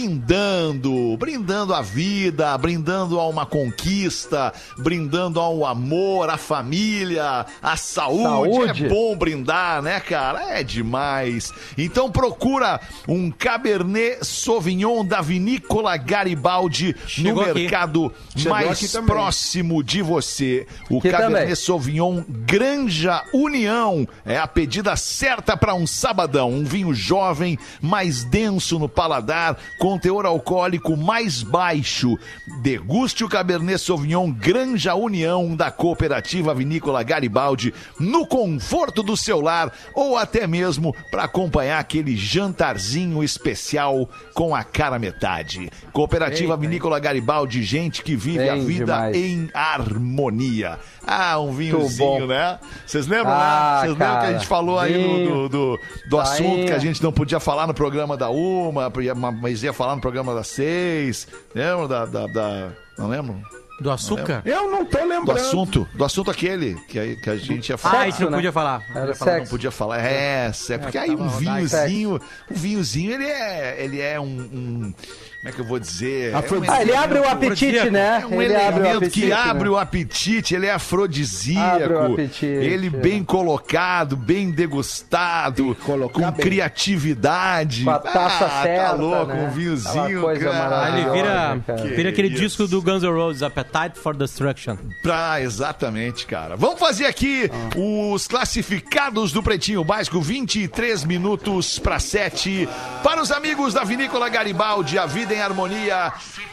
Brindando a vida, brindando a uma conquista, brindando ao amor, à família, à saúde. É bom brindar, né, cara? É demais. Então procura um Cabernet Sauvignon da Vinícola Garibaldi Chegou no aqui. mercado Chegou aqui mais também. próximo de você. O Aqui Cabernet também. Sauvignon Granja União é a pedida certa para um sabadão. Um vinho jovem, mais denso no paladar, com teor alcoólico mais baixo. Deguste o Cabernet Sauvignon Granja União da Cooperativa Vinícola Garibaldi no conforto do seu lar ou até mesmo para acompanhar aquele jantarzinho especial com a cara metade. Cooperativa Vinícola Garibaldi, gente que vive Bem a vida demais. em harmonia. Um vinhozinho, bom. né? Vocês lembram, né? Vocês lembram que a gente falou aí do assunto que a gente não podia falar no programa da mas ia falar no programa da 6. Lembra não lembro? Do açúcar? Eu não tô lembrando. Do assunto aquele que a gente ia Ah, falar. a gente não né? podia falar. Era Não sexo. podia falar. Porque aí tava um rodado. vinhozinho, ele é um como é que eu vou dizer? Ele abre o apetite, né? É um Ele abre o elemento apetite, que abre né? o apetite, ele é afrodisíaco. Abre o apetite. Ele bem colocado, bem degustado, colocar com bem. criatividade. Com a taça certa, tá louco, né? um vinhozinho, Aquela coisa cara. maravilhosa. Ele cara. vira aquele isso. disco do Guns N' Roses, Appetite for Destruction. Exatamente, cara. Vamos fazer aqui os classificados do Pretinho Básico, 23 minutos para 7. Para os amigos da Vinícola Garibaldi, a vida em harmonia.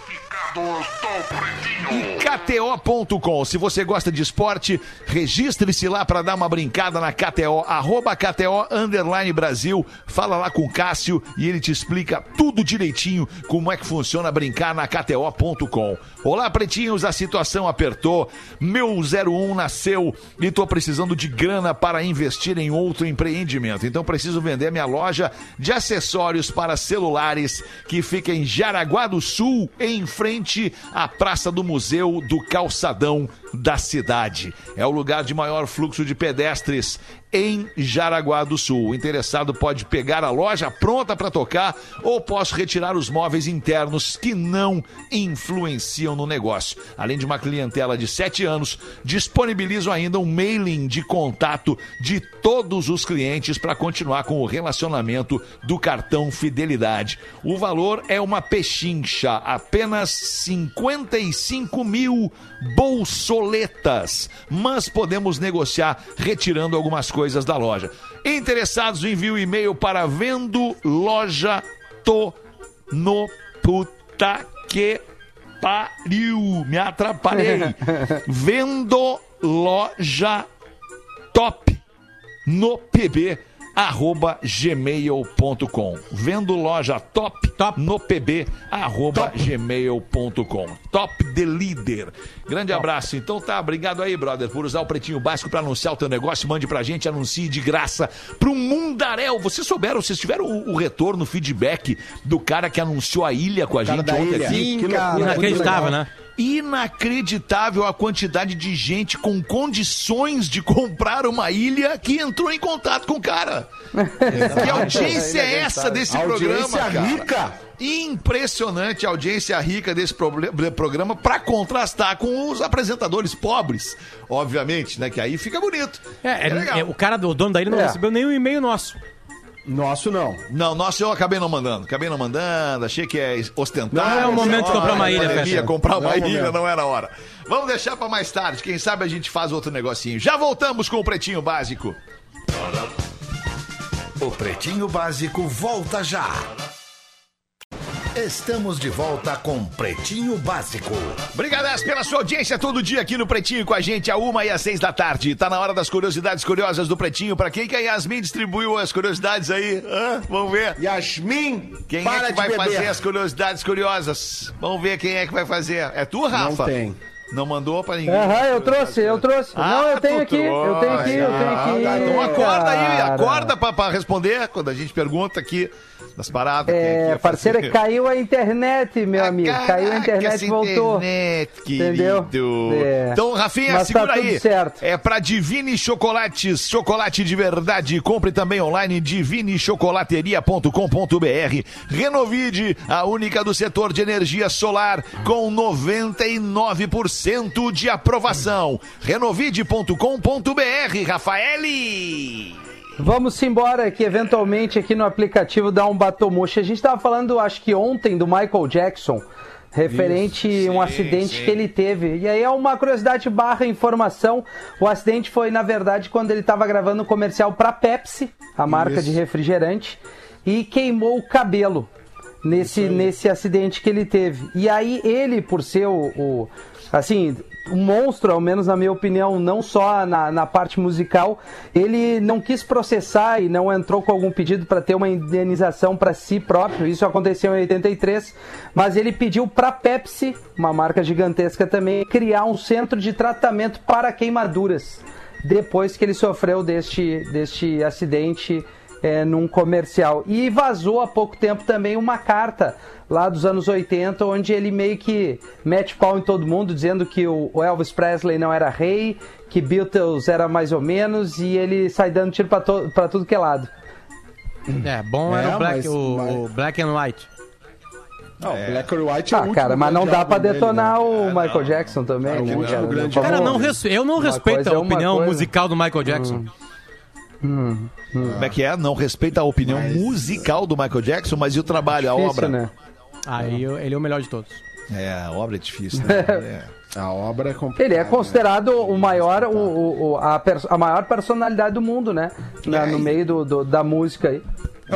E KTO.com. Se você gosta de esporte, registre-se lá para dar uma brincada na KTO, @KTO_Brasil. Fala lá com o Cássio e ele te explica tudo direitinho como é que funciona brincar na KTO.com. Olá, pretinhos, a situação apertou. Meu 01 nasceu e tô precisando de grana para investir em outro empreendimento. Então preciso vender minha loja de acessórios para celulares que fica em Jaraguá do Sul, em frente à Praça do Museu, final do calçadão da cidade. É o lugar de maior fluxo de pedestres em Jaraguá do Sul. O interessado pode pegar a loja pronta para tocar ou posso retirar os móveis internos que não influenciam no negócio. Além de uma clientela de 7 anos, disponibilizo ainda um mailing de contato de todos os clientes para continuar com o relacionamento do cartão Fidelidade. O valor é uma pechincha, apenas 55 mil bolsoletas, mas podemos negociar retirando algumas coisas da loja. Interessados, envie o e-mail para vendoloja.no puta que pariu, me atrapalhei. Vendoloja top no pb @gmail.com. Vendo loja top no pb @gmail.com. Top the líder. Grande abraço. Então tá, obrigado aí, brother, por usar o Pretinho Básico pra anunciar o teu negócio. Mande pra gente, anuncie de graça pro mundaréu. Vocês souberam, vocês tiveram o retorno, o feedback do cara que anunciou a ilha com a gente ontem aqui? Sim, cara. Inacreditável, né? Inacreditável a quantidade de gente com condições de comprar uma ilha que entrou em contato com o cara. Que audiência é essa desse programa, cara? Rica. Impressionante a audiência rica desse programa para contrastar com os apresentadores pobres, obviamente, né? Que aí fica bonito. O cara, o dono da ilha não recebeu nenhum e-mail nosso. Nosso não. Não, nosso eu acabei não mandando, achei que é ostentar. Não é o momento de comprar uma ilha, Fetter. Comprar uma ilha não era a hora. Vamos deixar pra mais tarde, quem sabe a gente faz outro negocinho. Já voltamos com o Pretinho Básico. O Pretinho Básico volta já. Estamos de volta com Pretinho Básico. Obrigado pela sua audiência todo dia aqui no Pretinho com a gente, a 1 e às 6 da tarde. Tá na hora das curiosidades curiosas do Pretinho. Pra quem que a Yasmin distribuiu as curiosidades aí? Vamos ver. Yasmin, quem é que vai fazer as curiosidades curiosas? Vamos ver quem é que vai fazer. É tu, Rafa? Não tem. Não mandou pra ninguém? Eu trouxe. Não, eu tenho aqui. Então acorda aí, acorda pra responder quando a gente pergunta aqui das paradas. Parceira, caiu a internet, meu amigo. Caiu a internet e voltou. Entendeu? Então, Rafinha, mas segura tá tudo aí. Certo. É pra Divine Chocolates, chocolate de verdade. Compre também online, divinechocolateria.com.br. Renovide, a única do setor de energia solar, com 99% de aprovação. Renovide.com.br, Rafaeli. Vamos embora que eventualmente aqui no aplicativo dá um batomuxa. A gente estava falando, acho que ontem, do Michael Jackson, referente a um acidente que ele teve. E aí é uma curiosidade / informação. O acidente foi, na verdade, quando ele estava gravando um comercial para Pepsi, a marca de refrigerante, e queimou o cabelo nesse acidente que ele teve. E aí ele, por ser um monstro, ao menos na minha opinião, não só na parte musical, ele não quis processar e não entrou com algum pedido para ter uma indenização para si próprio. Isso aconteceu em 83, mas ele pediu para Pepsi, uma marca gigantesca também, criar um centro de tratamento para queimaduras, depois que ele sofreu deste acidente num comercial. E vazou há pouco tempo também uma carta lá dos anos 80, onde ele meio que mete pau em todo mundo, dizendo que o Elvis Presley não era rei, que Beatles era mais ou menos, e ele sai dando tiro pra tudo que é lado. Bom era o Black and White. Black or White é o último cara, mas não dá pra detonar dele, né? o Michael Jackson também. Cara, eu não respeito a opinião musical do Michael Jackson. Como é que é? Não respeita a opinião musical do Michael Jackson, mas e o trabalho, difícil, a obra? Né? Ele é o melhor de todos. A obra é difícil, né? A obra é complicada. Ele é considerado o maior, a maior personalidade do mundo, né? No meio da música aí.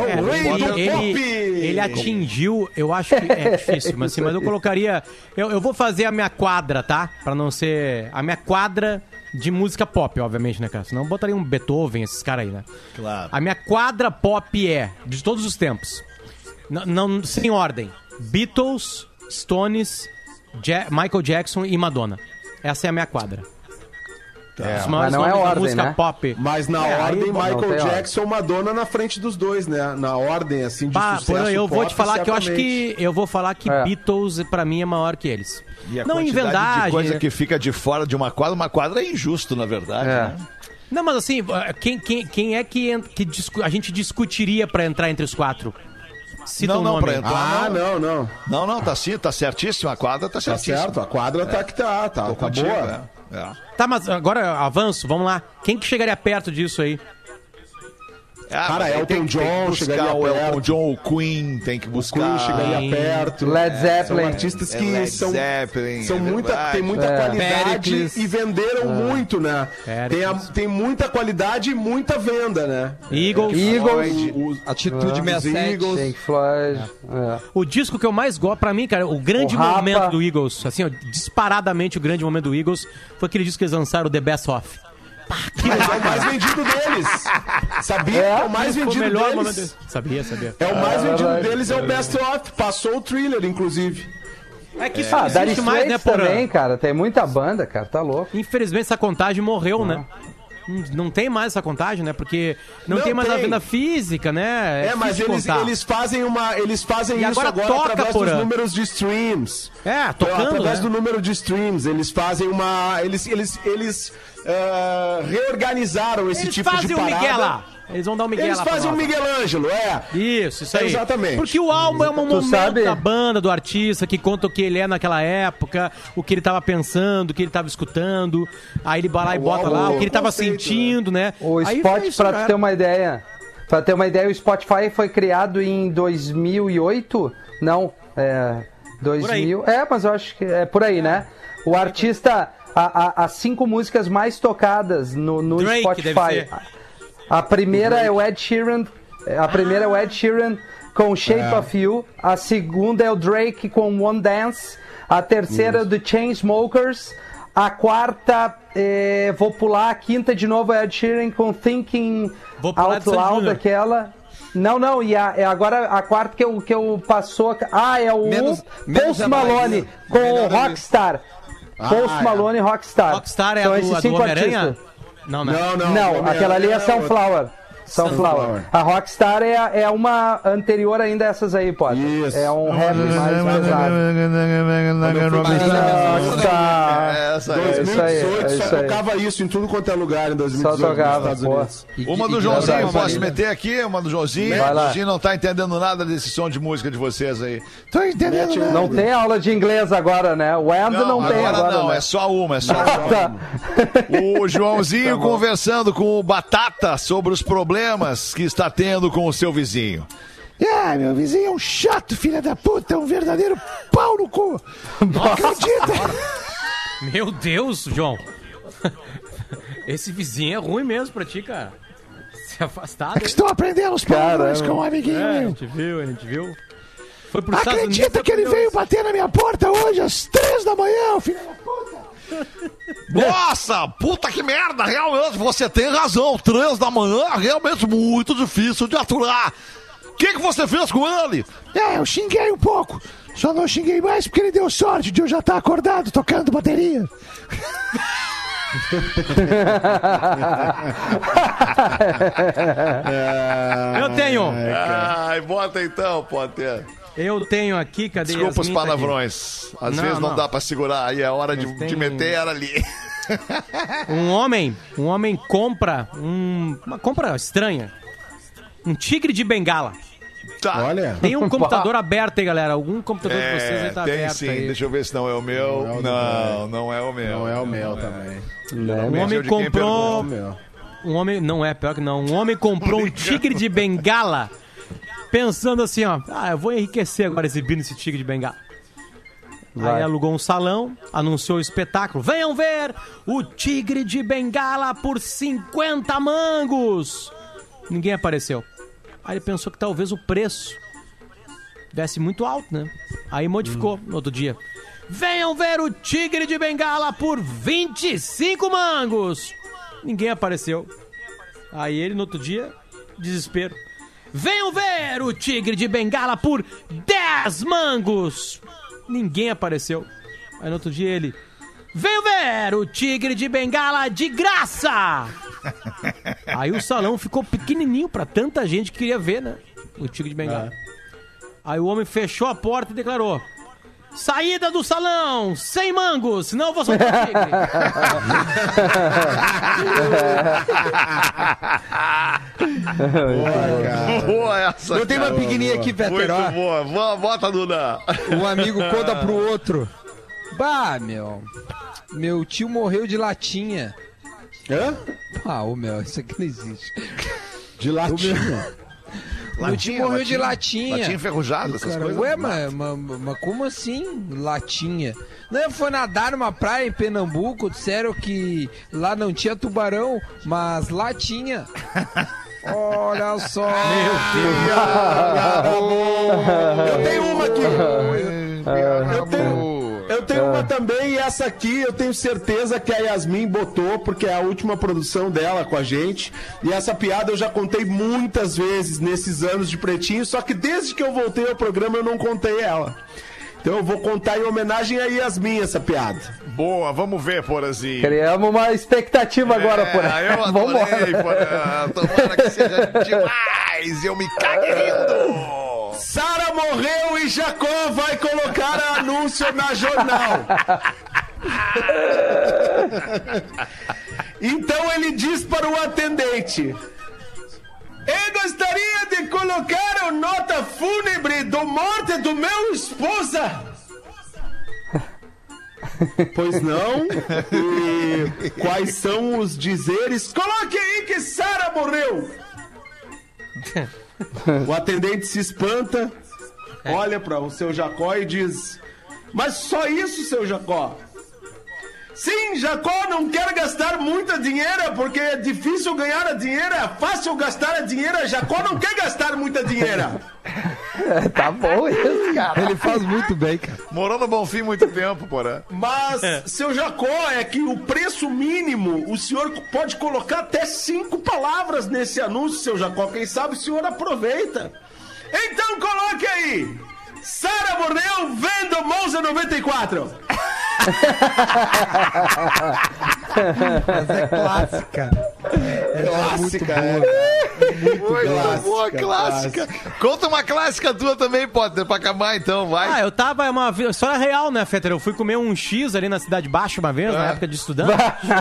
Ele atingiu, eu acho que é difícil, mas eu colocaria. Eu vou fazer a minha quadra, tá? Pra não ser. A minha quadra de música pop, obviamente, né, cara? Senão eu botaria um Beethoven, esses caras aí, né? Claro. A minha quadra pop de todos os tempos. Não, sem ordem. Beatles, Stones, Michael Jackson e Madonna. Essa é a minha quadra. Os maiores Mas não é nomes da ordem, música né? É. pop. Mas na aí, ordem, não Michael tem Jackson, Madonna na frente dos dois, né? Na ordem, assim, de sucesso eu vou pop, te falar que eu acho certamente. que... Eu vou falar que Beatles, pra mim, é maior que eles. E a Não em quantidade verdade. de coisa que fica de fora de uma quadra é injusto, na verdade, né? Não, mas assim, quem é que a gente discutiria pra entrar entre os 4? Cita um nome. Pra entrar. Ah, não. Não, tá certíssimo, a quadra tá Tá certíssima. certo, a quadra tá Contigo, boa. é. Tá, mas agora avanço, vamos lá. Quem que chegaria perto disso aí? Mas Cara, aí Elton tem que John buscar chegaria o Elton perto. John, o Queen, tem que buscar. Queen chegaria perto. Led Zeppelin. São artistas que Led são Zeppelin, tem muita É. qualidade Pericles. e venderam muito, né? Tem muita qualidade e muita venda, né? Eagles. Atitude Os 67. Eagles. Pink Floyd. O disco que eu mais gosto, pra mim, cara, o grande O Rapa. momento do Eagles, assim, ó, disparadamente o grande momento do Eagles, foi aquele disco que eles lançaram, o The Best Of. Mas é o mais vendido deles. Sabia? É o mais Foi o vendido melhor deles. momento. Sabia. É o mais vendido verdade. deles, é o Best Of. Passou o Thriller, inclusive. É que isso Ah, não Dire existe mais, né, Straits Porã? também, cara. Tem muita banda, cara. Tá louco. Infelizmente essa contagem morreu, né? Não tem mais essa contagem, né? Porque não tem mais a tem. venda física, né? É, mas difícil contar. eles fazem E isso agora agora toca, através Porã. dos números de streams. É, tocando, Através né? do número de streams, eles fazem uma... Eles reorganizaram esse Eles tipo de fazem o parada. Miguel lá. Eles vão dar o Miguel Eles lá pra fazem o nós. Miguel Ângelo, Isso aí. Exatamente. Porque o álbum é um momento sabe? da banda, do artista, que conta o que ele é naquela época, o que ele tava pensando, o que ele tava escutando. Aí ele vai lá e bota álbum lá tem o que ele tava conceito, sentindo, né? O Aí Spotify, foi isso, pra cara. tu ter uma ideia... Pra ter uma ideia, o Spotify foi criado em 2008? Não, 2000... mas eu acho que é por aí, né? O artista... As 5 músicas mais tocadas no Drake, Spotify. deve ser. A primeira é o Ed Sheeran. A primeira é o Ed Sheeran com Shape of You. A segunda é o Drake com One Dance. A terceira é o The Chainsmokers. A quarta, vou pular. A quinta de novo é Ed Sheeran com Thinking Vou pular Out de Sandy Loud, Júnior. aquela. Não, e agora a quarta que eu passou. É o Menos Post a Malone Bahia. com Melhor ainda. Rockstar. Post Malone e Rockstar. Rockstar é São a esses do, a do 5 Homem-Aranha? artistas. Não. Não, aquela ali é Sunflower. Sunflower. A Rockstar é uma anterior ainda a essas aí, pode. Isso. É um rap mais pesado. Rockstar. Essa aí. 2018 isso só aí. tocava isso em tudo quanto é lugar em 2018 Só tocava, nos Estados pô. Unidos. Uma do E Joãozinho, Exato. posso meter aqui? Uma do Joãozinho. Vai lá. O Joãozinho não tá entendendo nada desse som de música de vocês aí. Tô entendendo nada. Não tem aula de inglês agora, né? O Endo não tem agora, não, né? é só uma, é só uma. Tá. O Joãozinho conversando com o Batata sobre os problemas que está tendo com o seu vizinho. Meu vizinho é um chato, filha da puta, é um verdadeiro pau no cu. Não acredita? Meu Deus, João. Esse vizinho é ruim mesmo pra ti, cara. Se afastar. É que estou aprendendo os palavrões com um amiguinho A meu. gente viu. Foi pro Estados Unidos. Acredita que ele veio bater na minha porta hoje às 3 da manhã, filho da puta? Nossa, puta que merda, realmente, você tem razão, 3 da manhã é realmente muito difícil de aturar. O que você fez com ele? Eu xinguei um pouco, só não xinguei mais porque ele deu sorte de eu já estar acordado tocando bateria. Eu tenho. Ai, bota então, Potter. Eu tenho aqui, cadê? Desculpa os Yasmin, tá aqui. palavrões. Às Não, vezes não não. dá pra segurar, aí é hora de tem- meter ela ali. Um homem compra uma compra estranha. Um tigre de bengala. Tá. Olha, Tem um computador aberto aí, galera. Algum computador de vocês aí tá tem aberto sim. aí. Deixa eu ver se não é o meu. Não é o meu. não é o meu também. Um Meu homem de quem comprou. Meu. Um homem. Não é, pior que não. Um homem comprou um tigre de bengala. Pensando assim, ó. Eu vou enriquecer agora exibindo esse tigre de bengala. Vai. Aí alugou um salão, anunciou o espetáculo. Venham ver o tigre de bengala por 50 mangos. Ninguém apareceu. Aí ele pensou que talvez o preço desse muito alto, né? Aí modificou no outro dia. Venham ver o tigre de bengala por 25 mangos. Ninguém apareceu. Aí ele no outro dia, desespero. Venham ver o tigre de bengala por 10 mangos. Ninguém apareceu. Aí no outro dia ele... Venho ver o Tigre de Bengala de graça! Aí o salão ficou pequenininho pra tanta gente que queria ver, né? O Tigre de Bengala. Aí o homem fechou a porta e declarou: saída do salão, sem mangos, senão eu vou soltar o tigre. Boa, cara. Boa essa, Eu tenho uma pequenininha aqui, Peter. Muito boa. Bota, Duda. Um amigo conta pro outro. Bah, meu tio morreu de latinha. Hã? Ah, isso aqui não existe. De latinha? Meu tio morreu de latinha. Latinha enferrujada, essas Cara, coisas. ué, mas como assim, latinha? Não, foi nadar numa praia em Pernambuco, disseram que lá não tinha tubarão, mas lá tinha. Olha só. Meu Deus. Eu tenho uma aqui. Eu tenho uma também, e essa aqui eu tenho certeza que a Yasmin botou, porque é a última produção dela com a gente. E essa piada eu já contei muitas vezes nesses anos de Pretinho, só que desde que eu voltei ao programa eu não contei ela. Então eu vou contar em homenagem a Yasmin essa piada. Boa, vamos ver, Porazinho. Criamos uma expectativa agora, Porã. Eu adorei, Porã. Tomara que seja demais. Eu me caguei rindo. Sara morreu e Jacó vai colocar anúncio na jornal. Então ele diz para o atendente: eu gostaria de colocar a nota fúnebre da morte do meu esposa. Pois não? E quais são os dizeres? Coloque aí que Sara morreu. O atendente se espanta, olha para o seu Jacó e diz: mas só isso, seu Jacó? Sim, Jacó não quer gastar muita dinheiro porque é difícil ganhar dinheiro, é fácil gastar dinheiro. Jacó não quer gastar muita dinheiro. Tá bom isso, cara. Ele faz muito bem, cara. Morou no Bonfim muito tempo, Porã. Mas, seu Jacó, é que o preço mínimo, o senhor pode colocar até 5 palavras nesse anúncio, seu Jacó. Quem sabe o senhor aproveita. Então coloque aí: Sara morreu vendo Monza 94. Mas é clássica. Clássica, Muito boa, clássica. Conta uma clássica tua também, Potter, pra acabar então, vai. Eu tava, é uma história real, né, Fetter? Eu fui comer um X ali na Cidade Baixa uma vez, na época de estudante.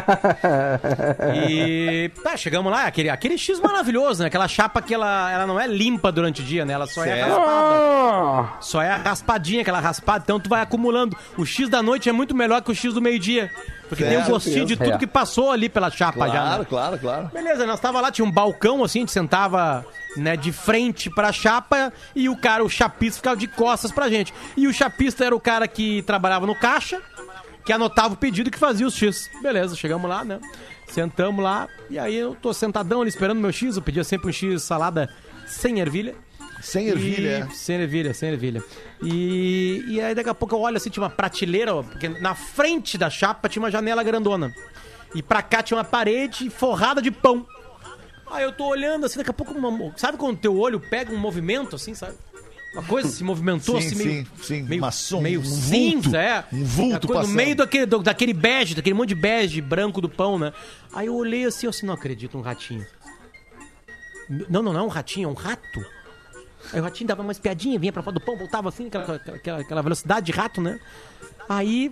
E chegamos lá, aquele X maravilhoso, né? Aquela chapa que ela não é limpa durante o dia, né? Ela só é raspada. Só é a raspadinha, aquela raspada. Então tu vai acumulando. O X da noite é muito melhor que o X do meio-dia. Porque tem um gostinho de tudo que passou ali pela chapa já. Né? Claro. Beleza, nós tava lá, tinha um balcão assim, a gente sentava, né, de frente pra chapa e o chapista ficava de costas pra gente. E o chapista era o cara que trabalhava no caixa, que anotava o pedido e que fazia os X. Beleza, chegamos lá, né? Sentamos lá e aí eu tô sentadão ali esperando meu X, eu pedia sempre um X salada sem ervilha. Sem ervilha, Sem ervilha. E aí daqui a pouco eu olho assim, tinha uma prateleira, porque na frente da chapa tinha uma janela grandona. E pra cá tinha uma parede forrada de pão. Aí eu tô olhando assim, daqui a pouco, sabe quando teu olho pega um movimento assim, sabe? Uma coisa se movimentou sim, assim, meio maçom, meio um cinza, vulto, um vulto coisa, passando. no meio daquele bege, daquele monte de bege branco do pão, né? Aí eu olhei assim, não acredito, um ratinho. Não é um ratinho, é um rato. Aí o ratinho dava uma espiadinha, vinha pra fora do pão, voltava assim, aquela velocidade de rato, né? Aí,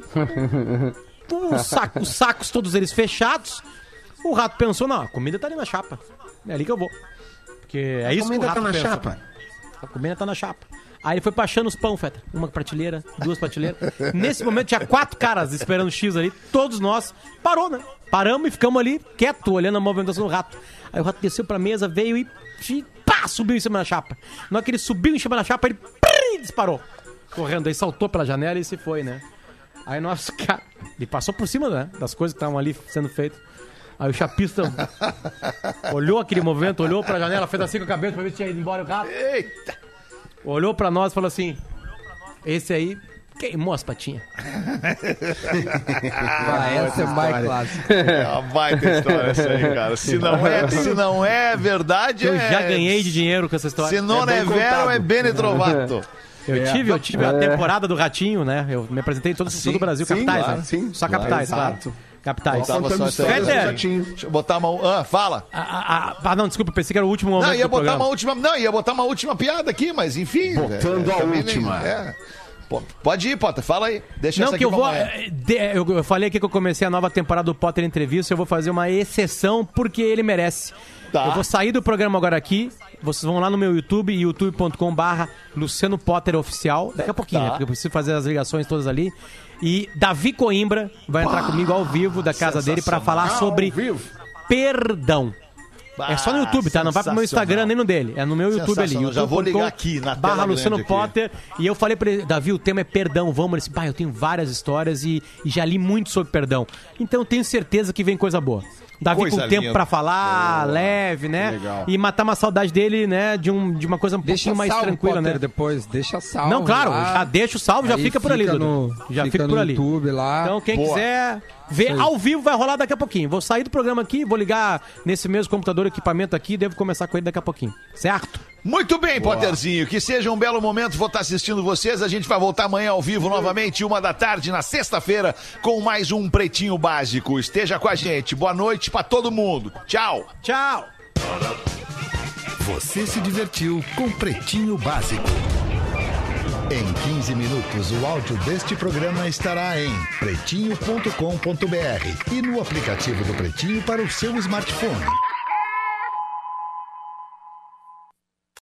os sacos todos eles fechados, o rato pensou, não, a comida tá ali na chapa, é ali que eu vou. Porque é isso que o rato pensa. Chapa. A comida tá na chapa. Aí ele foi baixando os pão, Feta. Uma prateleira, 2 prateleiras. Nesse momento tinha 4 caras esperando o X ali, todos nós. Parou, né? Paramos e ficamos ali, quieto, olhando a movimentação do rato. Aí o rato desceu pra mesa, veio e subiu em cima da chapa. Na hora que ele subiu em cima da chapa, ele disparou. Correndo, aí saltou pela janela e se foi, né? Aí nós, cara, ele passou por cima, né, das coisas que estavam ali sendo feitas. Aí o chapista olhou aquele movimento, olhou pra janela, fez assim com a cabeça pra ver se tinha ido embora o rato. Eita! Olhou pra nós e falou assim: esse aí queimou as patinhas. Essa é mais clássica. É uma baita história essa aí, cara. Se não é verdade, eu já ganhei de dinheiro com essa história. Se não é vero, é bene trovato. Eu tive a temporada do Ratinho, né? Eu me apresentei em todo o Brasil, capitais, claro, né? sim, Só capitais, claro. Capitais. Deixa eu botar uma... fala. Não, desculpa, pensei que era o último momento ia botar uma última piada aqui, mas enfim... Botando a última. Pode ir, Potter, fala aí. Deixa não, essa que aqui eu vou. Eu falei aqui que eu comecei a nova temporada do Potter Entrevista. Eu vou fazer uma exceção porque ele merece. Tá. Eu vou sair do programa agora aqui. Vocês vão lá no meu YouTube, youtube.com/Luciano Potter Oficial. Daqui a pouquinho, né? Porque eu preciso fazer as ligações todas ali. E Davi Coimbra vai entrar comigo ao vivo da casa dele para falar sobre perdão. É só no YouTube, tá? Não vai pro meu Instagram nem no dele. É no meu YouTube ali. YouTube. Já vou ligar aqui na tela Luciano Potter. E eu falei pra ele, Davi, o tema é perdão. Vamos. Ele disse, eu tenho várias histórias e já li muito sobre perdão. Então eu tenho certeza que vem coisa boa. Davi coisa com tempo pra falar, leve, né? Legal. E matar uma saudade dele, né? De uma coisa um pouquinho mais tranquila, Potter, né? Depois, deixa salvo. Não, claro, já deixa o salvo, já fica por ali, Dudu. Já fica por ali. YouTube lá. Então quem quiser ver ao vivo vai rolar daqui a pouquinho. Vou sair do programa aqui, vou ligar nesse mesmo computador, equipamento aqui e devo começar com ele daqui a pouquinho. Certo? Muito bem, Potterzinho. Que seja um belo momento. Vou estar assistindo vocês. A gente vai voltar amanhã ao vivo novamente, 13h, na sexta-feira, com mais um Pretinho Básico. Esteja com a gente. Boa noite pra todo mundo. Tchau. Tchau. Você se divertiu com Pretinho Básico. Em 15 minutos, o áudio deste programa estará em pretinho.com.br e no aplicativo do Pretinho para o seu smartphone.